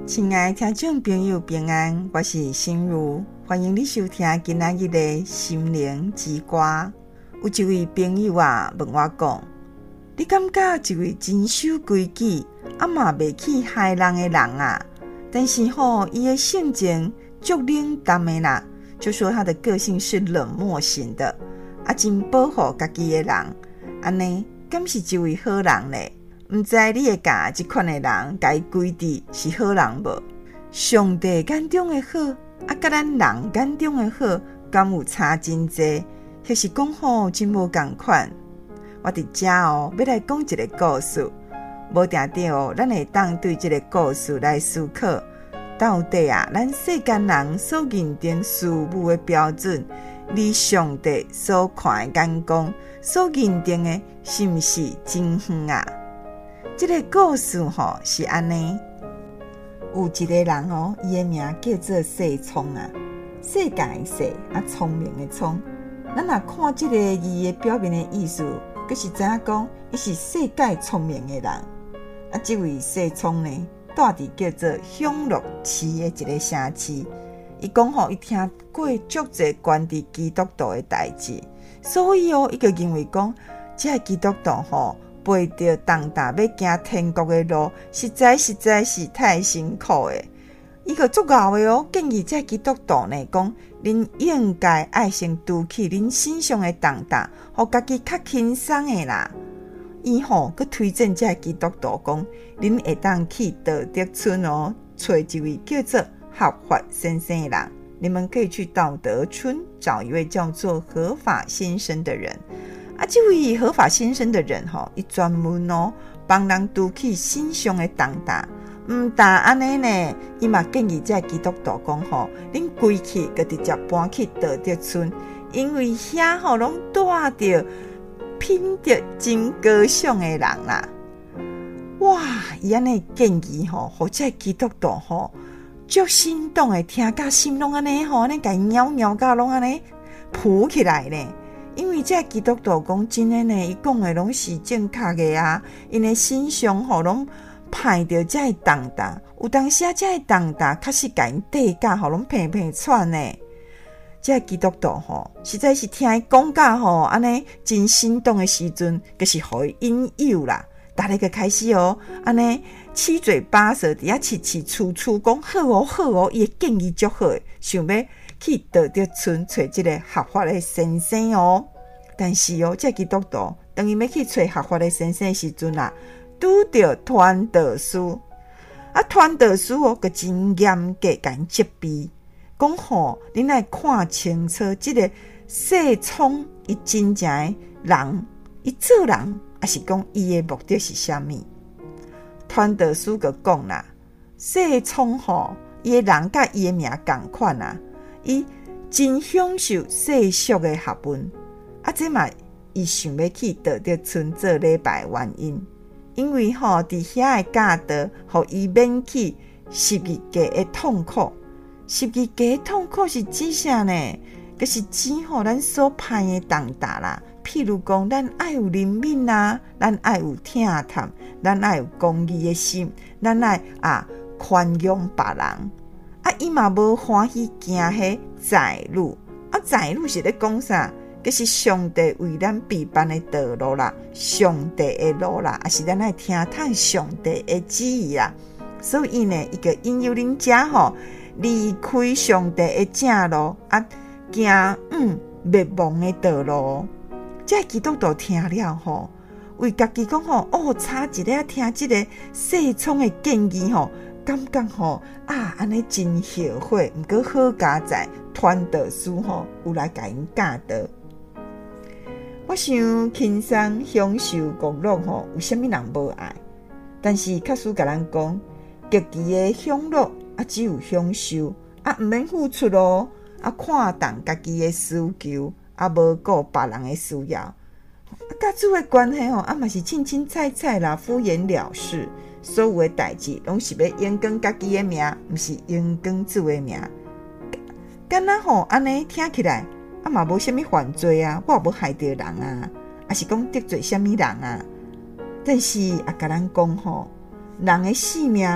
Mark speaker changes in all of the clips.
Speaker 1: 亲爱听众朋友平安，我是心如，欢迎你收听今仔日的心灵之歌。有一位朋友问我讲，你感觉一位真守规矩嘛袂去害人的人但是伊的性情足冷淡的啦，就说他的个性是冷漠型的真保护家己的人，安尼敢是一位好人呢？唔知你会教这款的人甲伊规定是好人无？上帝眼中的好甲咱人眼中的好敢有差真济？或是讲真无同款？我伫遮要来讲一个故事，无定定咱会当对这个故事来思考，到底咱世间人所认定事物的标准，离上帝所看的眼光所认定的是毋是真远这个故事是安尼，有一个人伊的名叫做世聪世界的世聪明的聪。咱若看这个字的表面的意思，就是知影讲伊是世界聪明的人这位世聪呢，住伫叫做享乐市的一个城市。伊讲伊听过足侪关于基督徒的代志，所以伊就认为讲这基督徒背着重担要行天国的路，实在是太辛苦的。伊个足敖的建议这基督徒呢讲，恁应该爱先拄起恁身上的重担，互家己较轻松的啦。伊佮推荐这基督徒讲，恁会当去道德村找一位叫做合法先生的人，你们可以去道德村找一位叫做合法先生的人这位合法先生的人伊专门帮人拄起身上的重担。但安尼呢，伊嘛建议这基督徒讲恁归去就直接搬去道德村，因为遐拢住着品德真高尚的人啦。哇！伊安尼建议互这基督徒足心动的，听甲心拢安尼安尼甲鸟鸟甲拢安尼浮起来呢。因为这基督徒讲真的呢，伊讲的拢是正确的因的身上拢派着这重担，有当时这重担确实甲因底价拢平平喘呢。这基督徒实在是听伊讲甲安尼真心动的时阵，就是互伊引诱啦。大家就开始安尼七嘴八舌伫遐七处处讲好伊的建议足好的，想要去道德村找这个合法的先生但是这基督徒当伊要去找合法的先生的时阵拄到传道师传道师就真严格甲因责备，讲恁来看清楚这个世聪伊真正的人，伊做人还是讲伊的目的是啥物？传道师就讲啦，世聪伊的人甲伊的名同款伊真享受世俗的学问这嘛伊想要去道德村做礼拜的原因，因为伫遐的教导互伊免去十字架的痛苦。十字架的痛苦是指啥呢？就是指咱所派的重担啦。譬如讲，咱爱有怜悯咱爱有疼痛，咱爱有公义的心，咱爱宽容别人伊嘛无欢喜行迄窄路窄路是咧讲啥？就是上帝为咱备办的道路啦，上帝的路啦，也是咱爱听从上帝的旨意啦。所以呢，伊个引诱恁遮离开上帝的正路行灭亡的道路。这基督徒听了为家己讲差一个听这个世聪的建议感觉安尼真后悔，毋过好佳在传道师有来甲因教导。我想轻松享受国乐有啥物人无爱？但是确实甲咱讲，极其的享乐只有享受毋免付出看重家己的需求无顾别人的需要甲主的关系嘛是清清菜菜啦，敷衍了事。所有的代志拢是要延光家己的名，毋是延光主的名。敢若安尼听起来嘛无啥物犯罪我也无害着人还是讲得罪啥物人但是甲咱讲人的性命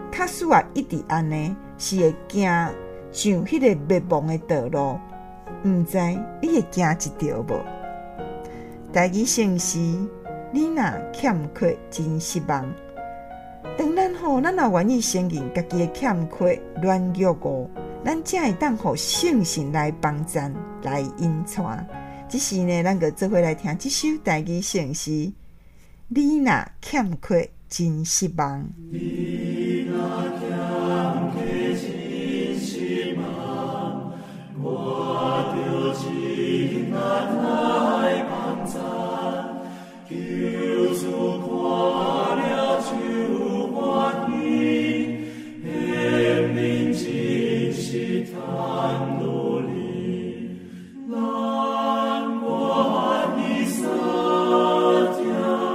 Speaker 1: 假使一直安尼，是会行上迄个灭亡的道路，毋知你会行一条无？台语圣诗，你若欠缺真失望。当咱若愿意承认家己的欠缺、软弱哦，咱才会当互圣神来帮咱、来引带。这时呢，咱就做伙来听这首台语圣诗。你若欠缺真失望，
Speaker 2: 你若欠缺真失望，我就真难来帮咱，求主看了就欢喜，显明真是坦努力，难关你撒掉。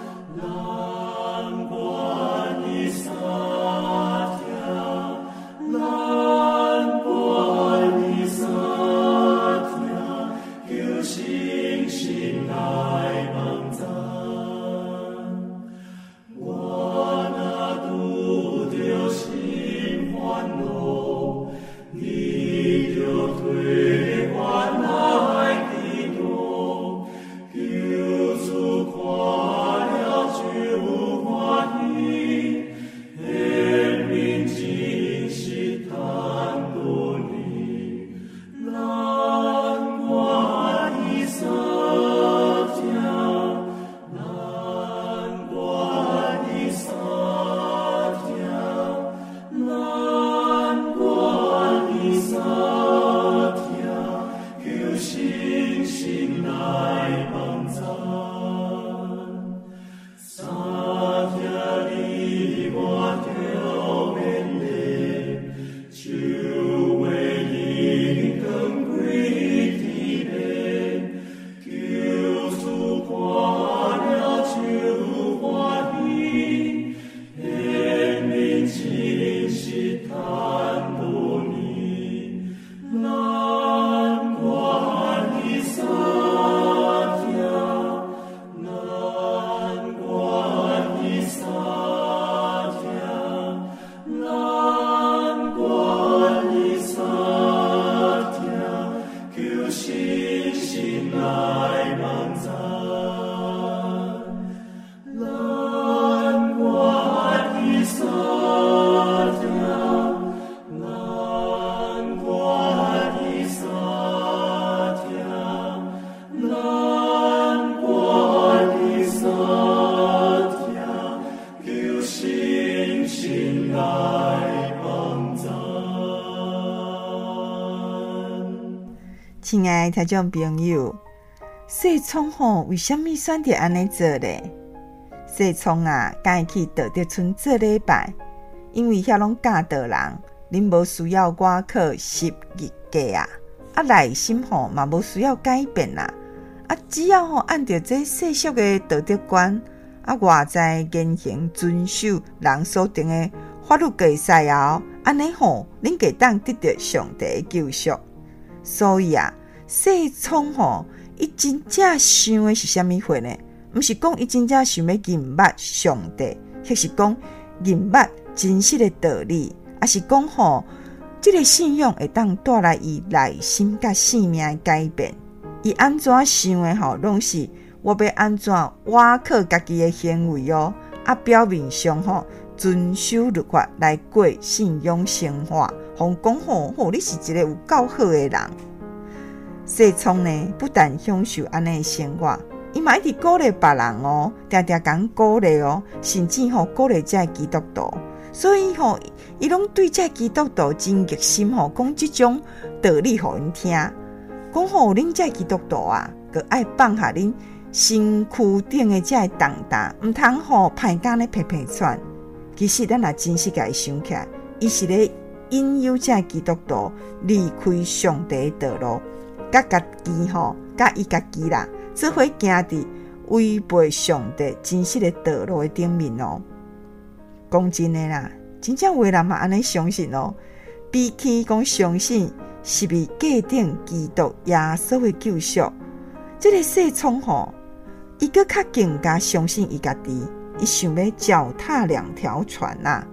Speaker 1: 亲爱的听众朋友，细聪为什么选择安尼做呢？细聪敢会去道德村做礼拜，因为遐拢教导人，恁无需要我考10日假内心嘛无需要改变只要按照这世俗的道德观外在言行遵守人所定的法律规矩安尼恁就当得到上帝的救赎。所以细聪伊真正想的是啥物货呢？毋是讲伊真正想要认捌上帝，或是讲认捌真实的道理，也是讲这个信仰会当带来伊内心甲性命的改变。伊安怎想的拢是我要安怎瓦靠家己的行为表面上遵守律法来过信仰生活，讲你是一个有够好的人。细聪呢，不但享受安尼的生活，伊嘛一直鼓励别人常常讲鼓励甚至鼓励这基督徒。所以伊拢对这基督徒真热心讲这种道理互因听，讲恁这基督徒就爱放下恁身躯顶的这重担，毋通歹干咧皮皮喘。其实咱若真实甲伊想起来，伊是咧引诱这基督徒离开上帝的道路，甲家己甲伊家己啦，做伙行伫违背上帝真实的道路的顶面讲真的啦，真正有的人嘛安尼相信比起讲相信是为决定基督耶稣的救赎，这个细聪伊更加相信伊家己，伊想要脚踏两条船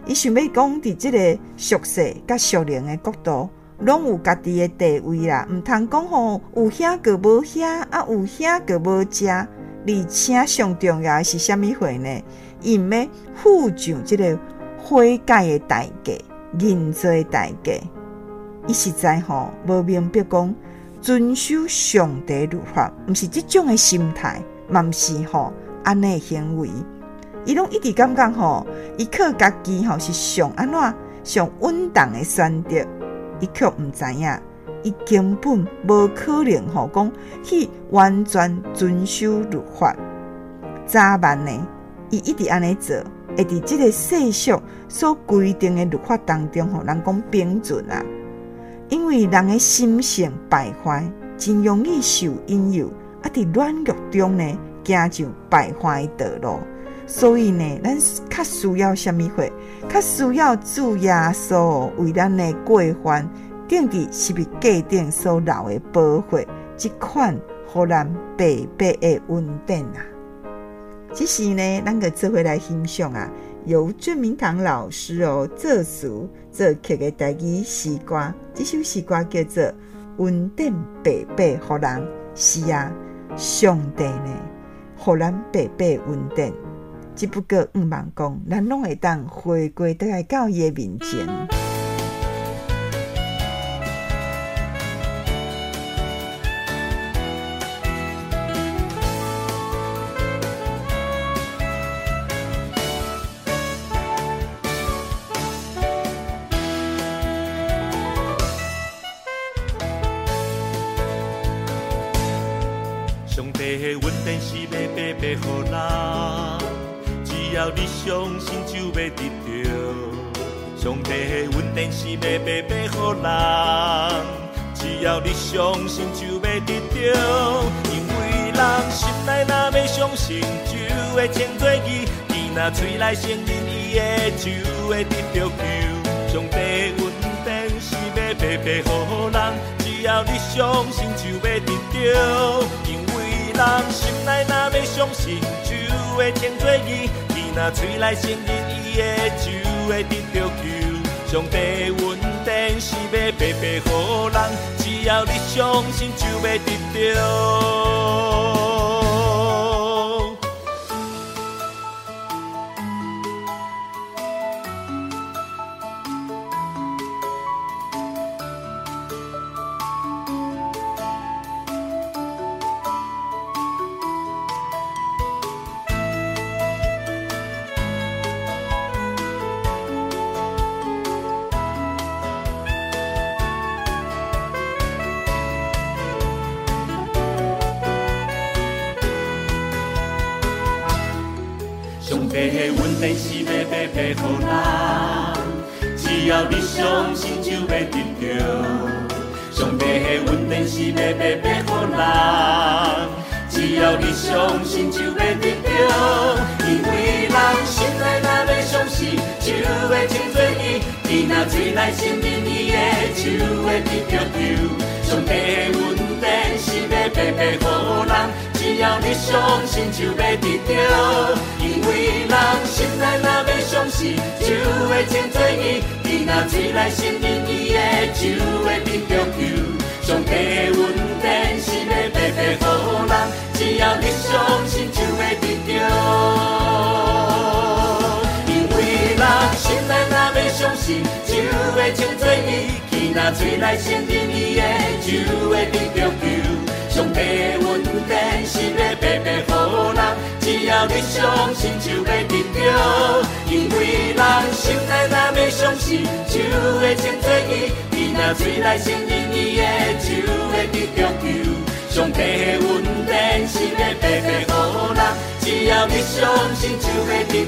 Speaker 1: 伊想要讲伫即个俗世甲俗灵的国度，拢有家己的地位啦，毋通讲吼有遐个无遐，啊有遐个无遮。而且上重要的是啥物货呢？伊毋要负上即个悔改的代价、认罪的代价。伊实在吼无明白讲遵守上帝律法，毋是即种的心态，嘛毋是吼安尼行为。伊拢一直感觉吼，伊靠家己吼是上安怎上稳当的选择，伊却毋知影，伊根本无可能吼讲去完全遵守律法。早晚呢，伊一直安尼做，会伫即个世俗所规定的律法当中吼，人讲标准啊。因为人的心性败坏，真容易受引诱，啊，伫软弱中呢，行上败坏的道路。所以呢，咱较需要什么货？较需要主耶稣为咱的过犯，顶伫是不价顶所留的保护，即款互咱白白的恩典啊！即时呢，咱个做伙来欣赏啊，由郑明堂老师作词作曲的台语诗歌。这首诗歌叫做《恩典白白互人》。是啊，上帝呢，互咱白白恩典。只不过毋茫讲，咱拢会当回归倒来到伊的面前。
Speaker 2: 上帝的恩典是要白白予人。只要你相信，就要得到。上帝的恩典是要白白予人，只要你相信，就要得到。因为人心内若要相信，就会称作义；伊若嘴内承认伊的，就会得到救。上帝恩典是要白白予人，只要你相信，就要得到。因为人心内若要相信，就会称作义。若嘴内承认伊的，就会得到救。上帝恩典是要白白予人，只要你相信，就要得到。上帝的恩典是要白白予人，只要你相信，就要得到。上帝的恩典是要白白予人，只要你相信，就要得到。因为人心内若要相信，就会称作义；伊若嘴内承认伊的，就会得到救。上帝的恩典是要白白予人，只要你相信，就要得到。因为人心内若要相信，就会称作义；伊若嘴内承认伊的，就会得到救。上帝的恩典是要白白予人，只要你相信，就会得到。因为人心内若要相信，就会称作义；伊若嘴内承认伊的，就会得到救。上帝的恩典是要白白予人，只要你相信，就要得到。因为人心内若要相信，就会称作义；伊若嘴内承认伊的，就会得到救。上帝的恩典是要白白予人，只要你相信，就会得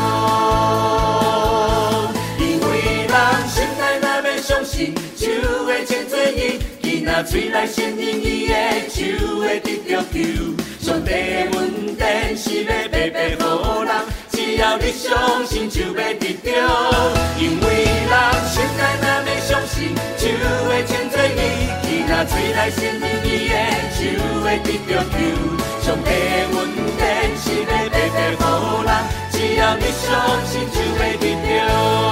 Speaker 2: 到。因为人心内若要相信，就会称作义；伊若嘴内承认伊的，就会得到救。上帝的恩典是要白白予人，只要你相信，就要得到。因为人心内若要相信，就会称作义；伊若嘴内承认伊的，就会得到救。上帝的恩典是要白白予人，只要你相信，就会得到。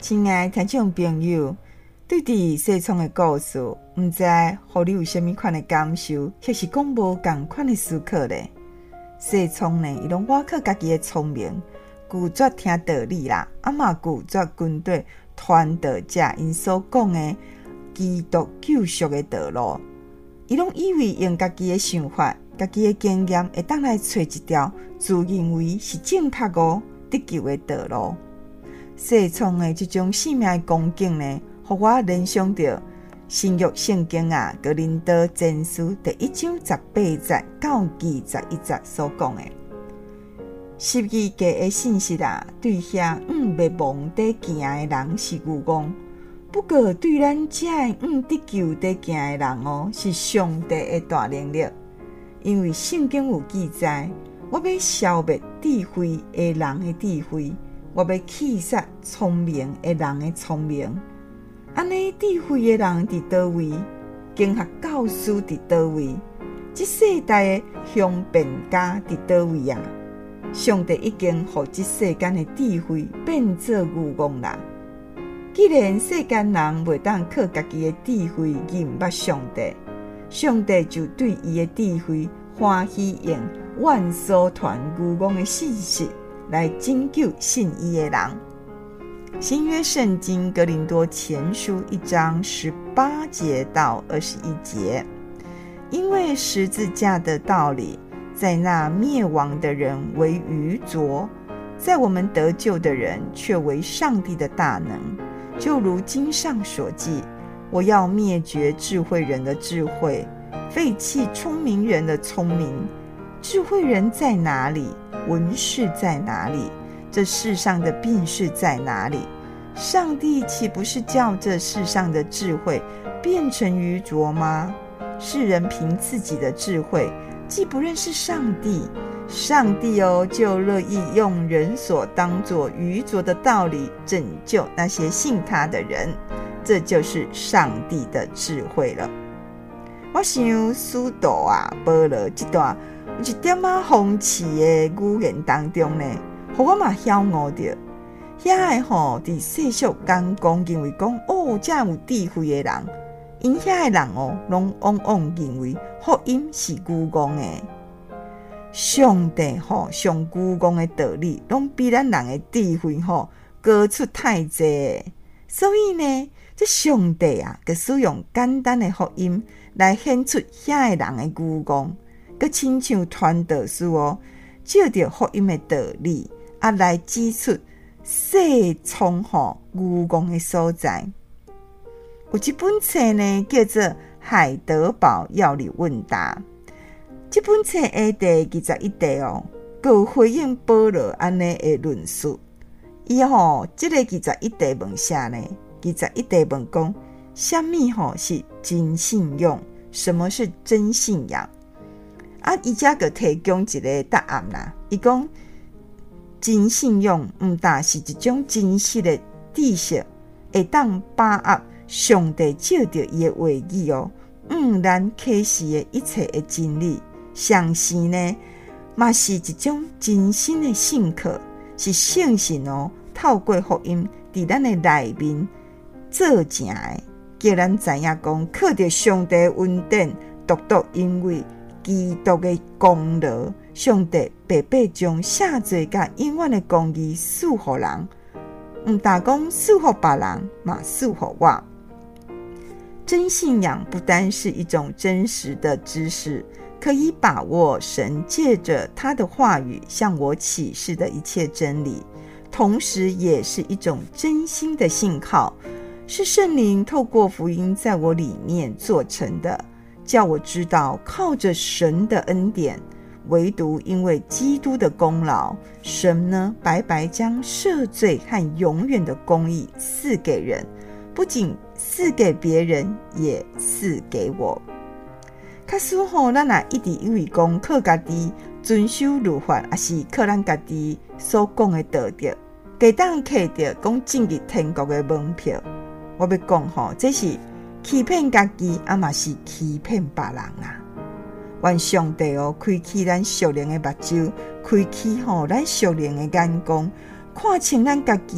Speaker 1: 亲爱听众朋友，对伫西创的故事，毋知互你有啥物款的感受，或是讲无共款的思考呢？西创呢，伊拢挖靠家己的聪明，拒绝听道理啦，嘛拒绝军队传道者因所讲的基督救赎的道路。伊拢以为用家己的想法、家己的经验，会当来找一条自认为是正确的得救的道路。西创的这种生命的光景呢，互我联想到新约圣经哥林多前书第1章18节到21节所讲的十字架的信息对遐灭亡在行的人是愚妄，不过对咱这得救在行的人是上帝的大能力。因为圣经有记载，我要消灭智慧的人的智慧，我要气杀聪明的人的聪明。安尼智慧的人伫倒位？经学教师伫倒位？这世代的雄辩家伫倒位啊？上帝已经互这世间的智慧变作愚妄啦。既然世间人袂当靠家己的智慧认捌上帝，上帝就对伊的智慧欢喜用万所传愚妄的信息来拯救信伊的人。新约圣经哥林多前书1章18节到21节，因为十字架的道理，在那灭亡的人为愚拙，在我们得救的人却为上帝的大能。就如经上所记，我要灭绝智慧人的智慧，废弃聪明人的聪明。智慧人在哪里？文士在哪里？这世上的辨识在哪里？上帝岂不是叫这世上的智慧变成愚拙吗？世人凭自己的智慧，既不认识上帝，上帝就乐意用人所当作愚拙的道理拯救那些信他的人。这就是上帝的智慧了。我想使徒保罗这段有一点讽刺的语言当中呢，互我嘛晓悟着，遐个伫世俗眼光认为讲这有智慧的人，因遐个人拢往往认为福音是愚妄的。上帝上愚妄的道理，拢比咱人的智慧高出太济。所以呢，这上帝就使用简单的福音来显出遐个人的愚妄，佮亲像传道师照着福音的道理来指出世聪愚妄的所在。有一本册呢，叫做《海德堡要理问答》。这本册的第21题佮回应保罗安尼的论述。伊这个21题问啥呢？21题问讲，什么是真信仰？什么是真信仰？伊遮个提供一个答案啦。伊讲，真信仰毋但是一种真实的知识，会当把握上帝照着伊的话语咱启示的一切的真理。相信呢，嘛是一种真心的信靠，是信心透过福音伫咱的内面做成的，叫咱知影讲，靠着上帝的恩典，独独因为基督的功劳，上帝白白将赦罪甲永远的公义赐予人，毋但讲赐予别人，嘛赐予我。真信仰不单是一种真实的知识，可以把握神借着他的话语向我启示的一切真理，同时也是一种真心的信靠，是圣灵透过福音在我里面做成的，叫我知道靠着神的恩典，唯独因为基督的功劳，神呢白白将赦罪和永远的公义赐给人，不仅赐给别人，也赐给我。假使咱也一直以为讲靠家己遵守律法，还是靠咱家己所讲的道德，给当摕到讲进入天国的门票。我要讲这是欺骗家己，嘛是欺骗别人啦。愿上帝开启咱属灵的目睭，开启咱属灵的眼光，看清咱家己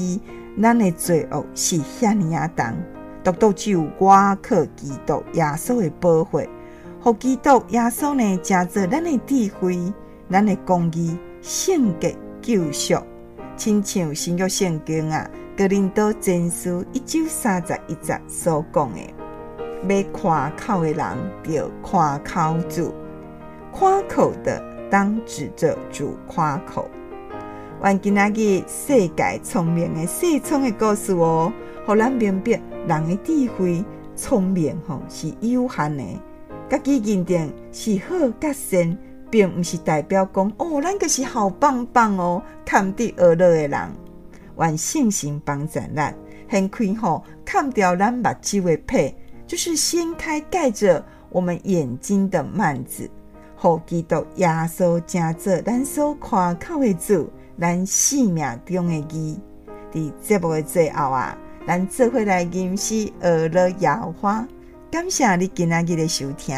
Speaker 1: 咱的罪恶是遐尼啊重，独独只有我靠基督耶稣的保护，互基督耶稣呢，成做咱的智慧，咱的公义、圣洁、救赎。亲像新约圣经哥林多前书1章31节所讲的，要夸口的人就夸口主，夸口的当指着主夸口。愿今仔日世界聪明的细聪的故事互咱明白人的智慧、聪明是有限的，家己认定是好甲善，并不是代表讲咱就是好棒棒堪得学乐的人。愿圣神帮助咱，掀开看掉咱目睭的被，就是掀开盖着我们眼睛的幔子，互基督耶稣成做咱所夸口的主，咱生命中的义。伫节目的最后咱做伙来吟诗学乐耶和华。感谢你今仔日的收听。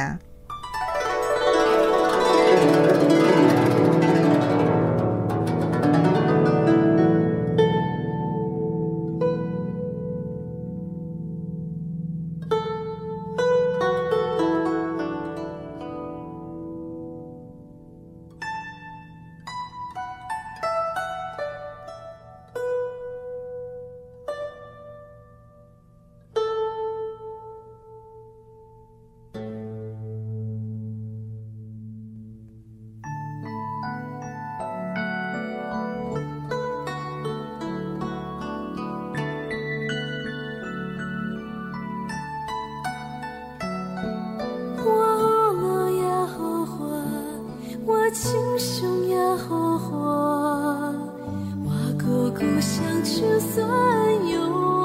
Speaker 3: 亲像耶和华，我个故乡就算有。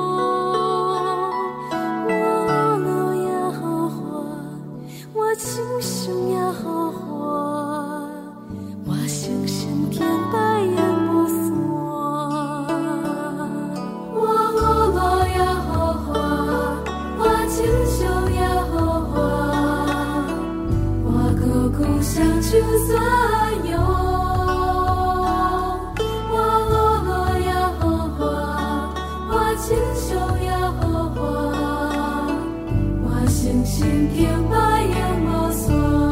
Speaker 3: 我了耶和华，我亲像耶和华，我相信天白眼无所。我了耶和华，我亲像耶和华，我个故乡就算有。亲像耶和华，我相信天白眼无所。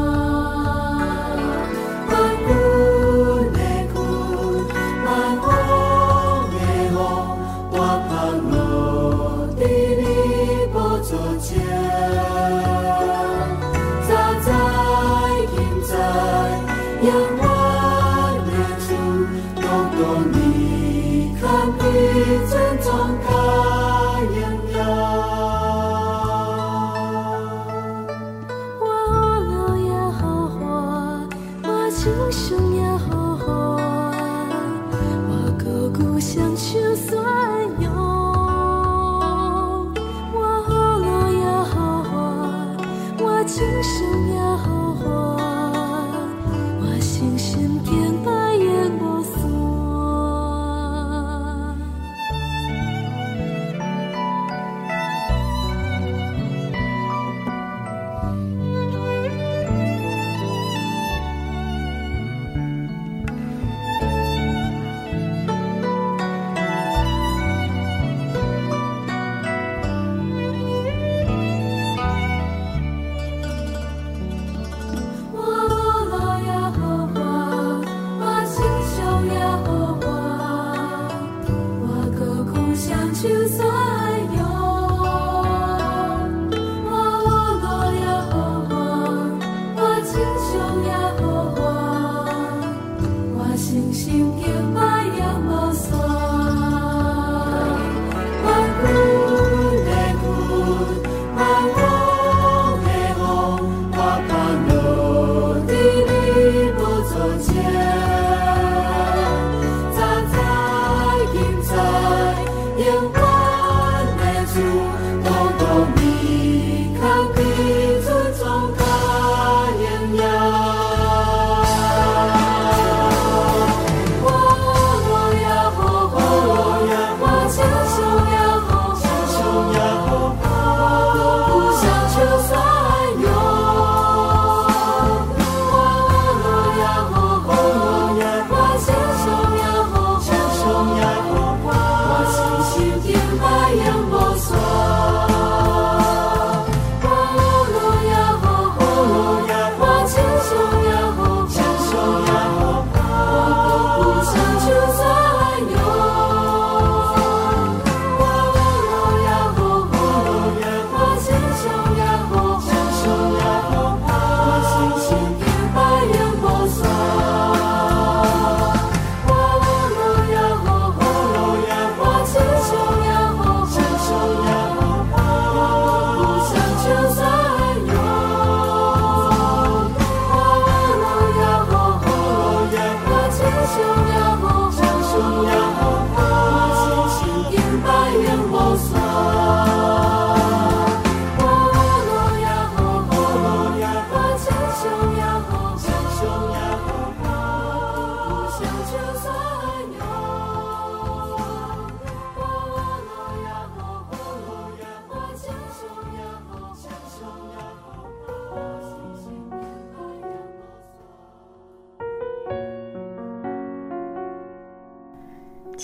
Speaker 3: 万古的古，万风的风，我盼落在你宝座前。早在现在，仰望的主，动动你看你尊重他。亲像耶和华，我个故乡就算有。我了耶和华，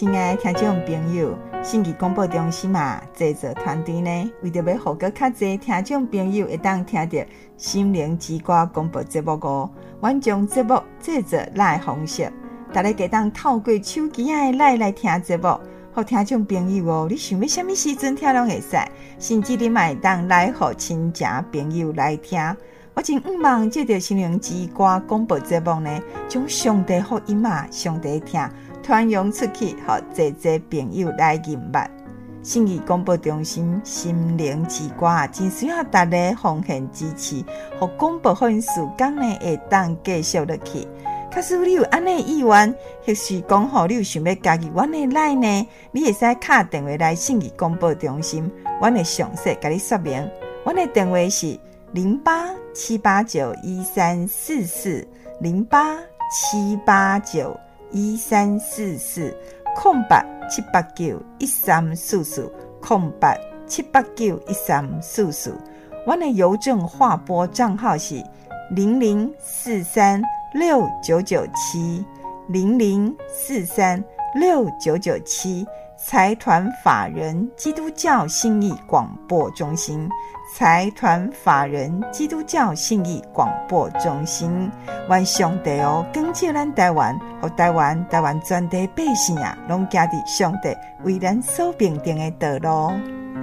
Speaker 1: 亲爱的听众朋友，信义广播中心制作团队呢，为着要互个较侪听众朋友会当听到心灵之歌广播节目哦，阮将节目制作来方式，大家可当透过手机来听节目。互听众朋友哦，你想要什么时阵听拢会使，甚至你嘛会当来互亲戚朋友来听。我真望借着心灵之歌广播节目呢，将上帝福音上帝听传扬出去，互侪朋友来认捌。信义广播中心心灵之歌真需要大家奉献支持，互广播福音事工呢会当继续落去。假使你有安尼意愿，或是讲好你有想要加入阮的来呢，你会使打电话来信义广播中心，阮会详细甲你说明。阮的电话是08-789-1344 08-789-1344 08-789-1344 08-789-1344。阮的邮政划拨账号是00436997 00436997，财团法人基督教信义广播中心，财团法人基督教信义广播中心。愿上帝光照咱台湾，和台湾全体百姓拢行伫上帝为咱所命定的道路。